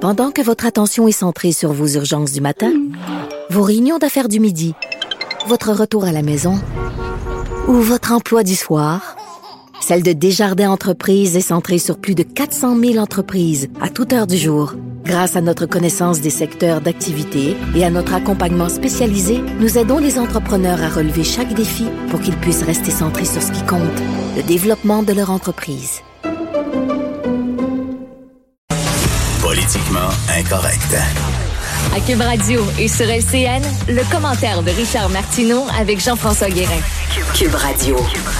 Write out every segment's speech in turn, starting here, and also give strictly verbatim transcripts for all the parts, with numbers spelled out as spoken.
Pendant que votre attention est centrée sur vos urgences du matin, vos réunions d'affaires du midi, votre retour à la maison ou votre emploi du soir, celle de Desjardins Entreprises est centrée sur plus de quatre cent mille entreprises à toute heure du jour. Grâce à notre connaissance des secteurs d'activité et à notre accompagnement spécialisé, nous aidons les entrepreneurs à relever chaque défi pour qu'ils puissent rester centrés sur ce qui compte, le développement de leur entreprise. Politiquement incorrect. À Cube Radio et sur L C N, le commentaire de Richard Martineau avec Jean-François Guérin. Cube Radio.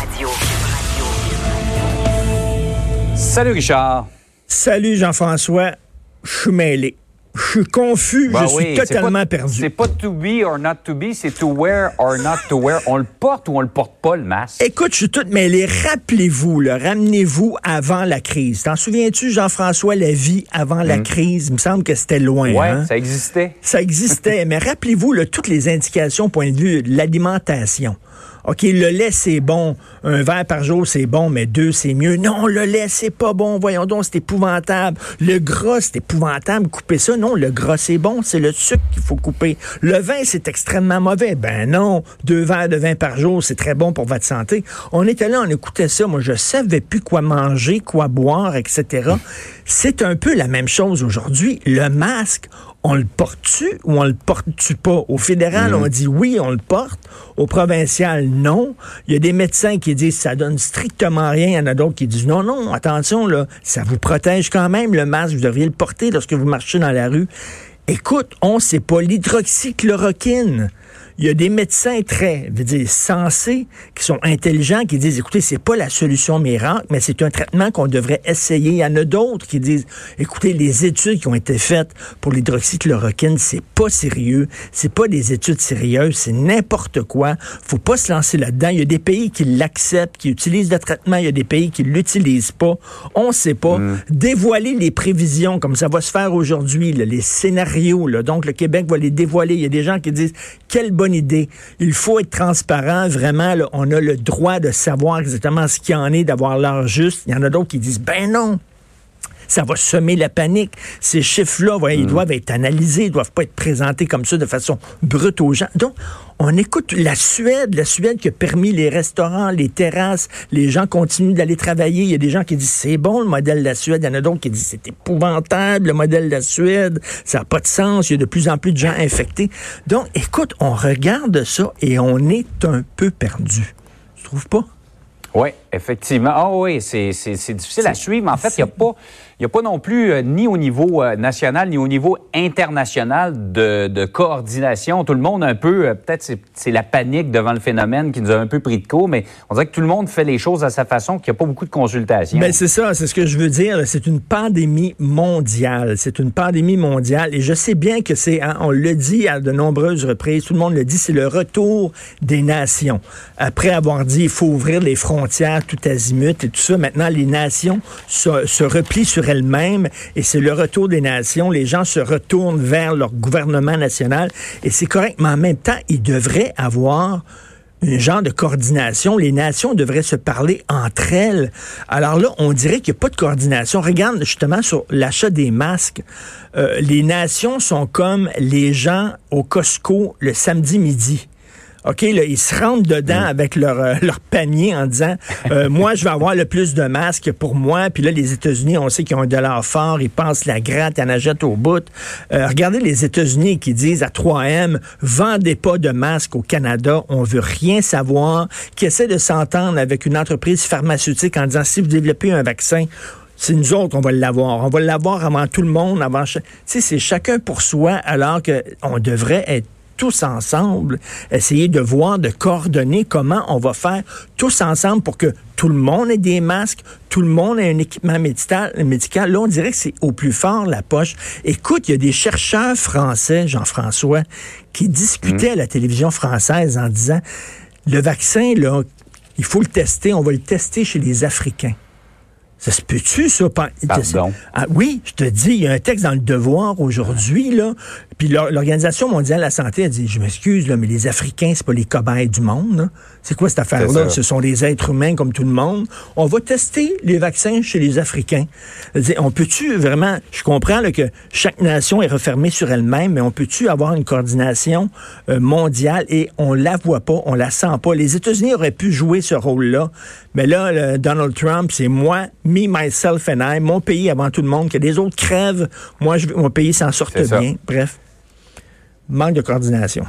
Salut Richard. Salut Jean-François. Je suis mêlé. Je suis confus, Ben je oui, suis totalement c'est pas, perdu. C'est pas to be or not to be, c'est to wear or not to wear. On le porte ou on le porte pas, le masque? Écoute, je suis tout mêlé. Rappelez-vous, là, ramenez-vous avant la crise. T'en souviens-tu, Jean-François, la vie avant la Mm. crise? Il me semble que c'était loin. Ouais, hein? ça existait. Ça existait, mais rappelez-vous là, toutes les indications au point de vue de l'alimentation. OK, le lait, c'est bon. Un verre par jour, c'est bon, mais deux, c'est mieux. Non, le lait, c'est pas bon. Voyons donc, c'est épouvantable. Le gras, c'est épouvantable. Coupez ça. Non, le gras, c'est bon. C'est le sucre qu'il faut couper. Le vin, c'est extrêmement mauvais. Ben non, deux verres de vin par jour, c'est très bon pour votre santé. On était là, on écoutait ça. Moi, je savais plus quoi manger, quoi boire, et cetera. C'est un peu la même chose aujourd'hui. Le masque, on le porte-tu ou on le porte-tu pas? Au fédéral, mmh. on dit oui, on le porte. Au provincial, non. Il y a des médecins qui disent ça donne strictement rien. Il y en a d'autres qui disent non, non, attention, là, ça vous protège quand même, le masque. Vous devriez le porter lorsque vous marchez dans la rue. Écoute, on sait pas. L'hydroxychloroquine. Il y a des médecins très, je veux dire, sensés, qui sont intelligents, qui disent, écoutez, c'est pas la solution miracle, mais c'est un traitement qu'on devrait essayer. Il y en a d'autres qui disent, écoutez, les études qui ont été faites pour l'hydroxychloroquine, c'est pas sérieux, c'est pas des études sérieuses, c'est n'importe quoi. Faut pas se lancer là-dedans. Il y a des pays qui l'acceptent, qui utilisent le traitement, il y a des pays qui l'utilisent pas. On sait pas. Mm. Dévoiler les prévisions, comme ça va se faire aujourd'hui, là, les scénarios, là. Donc le Québec va les dévoiler. Il y a des gens qui disent, quelle bonne idée. Il faut être transparent, vraiment, là, on a le droit de savoir exactement ce qu'il y en est, d'avoir l'heure juste. Il y en a d'autres qui disent, ben non, ça va semer la panique. Ces chiffres-là, voyez, mmh. ils doivent être analysés, ils ne doivent pas être présentés comme ça de façon brute aux gens. Donc, on écoute la Suède, la Suède qui a permis les restaurants, les terrasses, les gens continuent d'aller travailler. Il y a des gens qui disent, c'est bon le modèle de la Suède. Il y en a d'autres qui disent, c'est épouvantable le modèle de la Suède. Ça n'a pas de sens. Il y a de plus en plus de gens infectés. Donc, écoute, on regarde ça et on est un peu perdu. Tu trouves pas? Oui, effectivement. Ah oui, c'est, c'est, c'est difficile à suivre. En fait, il n'y a pas... Il n'y a pas non plus, euh, ni au niveau euh, national, ni au niveau international, de, de coordination. Tout le monde un peu, euh, peut-être c'est, c'est la panique devant le phénomène qui nous a un peu pris de court, mais on dirait que tout le monde fait les choses à sa façon, qu'il n'y a pas beaucoup de consultations. Ben c'est ça, c'est ce que je veux dire. C'est une pandémie mondiale. C'est une pandémie mondiale. Et je sais bien que c'est, hein, on le dit à de nombreuses reprises, tout le monde le dit, c'est le retour des nations. Après avoir dit, il faut ouvrir les frontières tout azimut et tout ça, maintenant les nations se, se replient sur elles-mêmes et c'est le retour des nations. Les gens se retournent vers leur gouvernement national et c'est correct, mais en même temps, ils devraient avoir un genre de coordination. Les nations devraient se parler entre elles. Alors là, on dirait qu'il n'y a pas de coordination. Regarde justement sur l'achat des masques. Euh, les nations sont comme les gens au Costco le samedi midi. OK, là, ils se rentrent dedans mmh. avec leur, euh, leur panier en disant euh, « Moi, je vais avoir le plus de masques pour moi. » Puis là, les États-Unis, on sait qu'ils ont un dollar fort. Ils passent la gratte, ils en achètent au bout. Euh, regardez les États-Unis qui disent à trois M « Vendez pas de masques au Canada. On veut rien savoir. » Qui essaient de s'entendre avec une entreprise pharmaceutique en disant « Si vous développez un vaccin, c'est nous autres, on va l'avoir. On va l'avoir avant tout le monde. Avant ch... » Tu sais, c'est chacun pour soi alors qu'on devrait être tous ensemble, essayer de voir, de coordonner comment on va faire tous ensemble pour que tout le monde ait des masques, tout le monde ait un équipement médical. médical. Là, on dirait que c'est au plus fort la poche. Écoute, il y a des chercheurs français, Jean-François, qui discutaient mmh. à la télévision française en disant, le vaccin, là, il faut le tester, on va le tester chez les Africains. Ça se peut-tu, ça? Pardon. Ah, oui, je te dis, il y a un texte dans Le Devoir aujourd'hui, là, Puis l'Organisation mondiale de la santé a dit, je m'excuse, là, mais les Africains, c'est pas les cobayes du monde. Là. C'est quoi cette affaire-là? Ce sont des êtres humains comme tout le monde. On va tester les vaccins chez les Africains. On peut-tu vraiment... Je comprends là, que chaque nation est refermée sur elle-même, mais on peut-tu avoir une coordination euh, mondiale et on la voit pas, on la sent pas. Les États-Unis auraient pu jouer ce rôle-là, mais là, le Donald Trump, c'est moi, me, myself and I, mon pays avant tout le monde, que les autres crèvent, moi, je, mon pays s'en sorte bien. Bref, manque de coordination.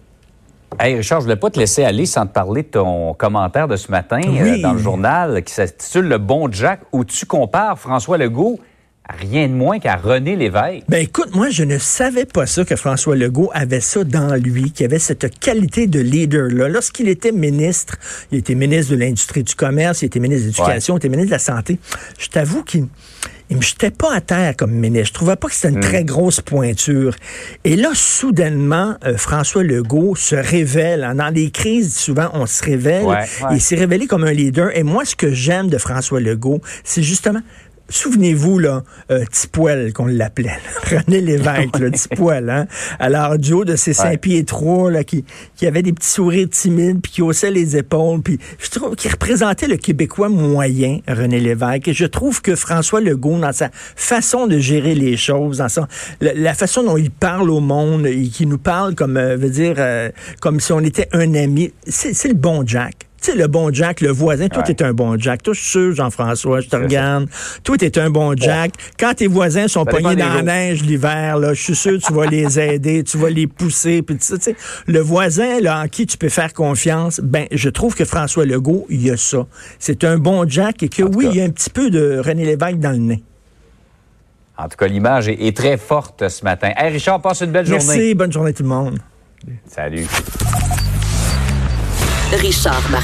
Hey Richard, je ne voulais pas te laisser aller sans te parler de ton commentaire de ce matin oui. euh, dans le journal qui s'intitule « Le bon Jack » où tu compares François Legault à rien de moins qu'à René Lévesque. Ben écoute, moi, je ne savais pas ça, que François Legault avait ça dans lui, qu'il avait cette qualité de leader-là. Lorsqu'il était ministre, il était ministre de l'Industrie du commerce, il était ministre de l'Éducation, ouais. il était ministre de la Santé. Je t'avoue qu'il... Il me jetait pas à terre comme ministre. Je trouvais pas que c'était une mmh. très grosse pointure. Et là, soudainement, euh, François Legault se révèle. Hein, dans les crises, souvent, on se révèle. Ouais, ouais. Il s'est révélé comme un leader. Et moi, ce que j'aime de François Legault, c'est justement... Souvenez-vous, là, euh, Tipoel, qu'on l'appelait, là, René Lévesque, là, Tipoel, hein? Alors, du haut de ses cinq ouais. pieds trois, là, qui, qui avait des petits sourires timides, puis qui haussait les épaules, puis je trouve qu'il représentait le Québécois moyen, René Lévesque. Et je trouve que François Legault, dans sa façon de gérer les choses, dans son, la, la façon dont il parle au monde, et qui nous parle comme, euh, veut dire, euh, comme si on était un ami, c'est, c'est le bon Jack. Tu sais, le bon Jack, le voisin, toi, ouais. t'es un bon Jack. Toi, je suis sûr, Jean-François, je te c'est regarde. Ça. Toi, t'es un bon Jack. Ouais. Quand tes voisins sont ça pognés dans la neige l'hiver, là, je suis sûr, tu vas les aider, tu vas les pousser. Puis tu sais, le voisin, là, en qui tu peux faire confiance, ben, je trouve que François Legault, il y a ça. C'est un bon Jack et que, oui, cas. il y a un petit peu de René Lévesque dans le nez. En tout cas, l'image est, est très forte ce matin. Hey, Richard, passe une belle Merci, journée. Merci, bonne journée tout le monde. Salut. Richard Martineau.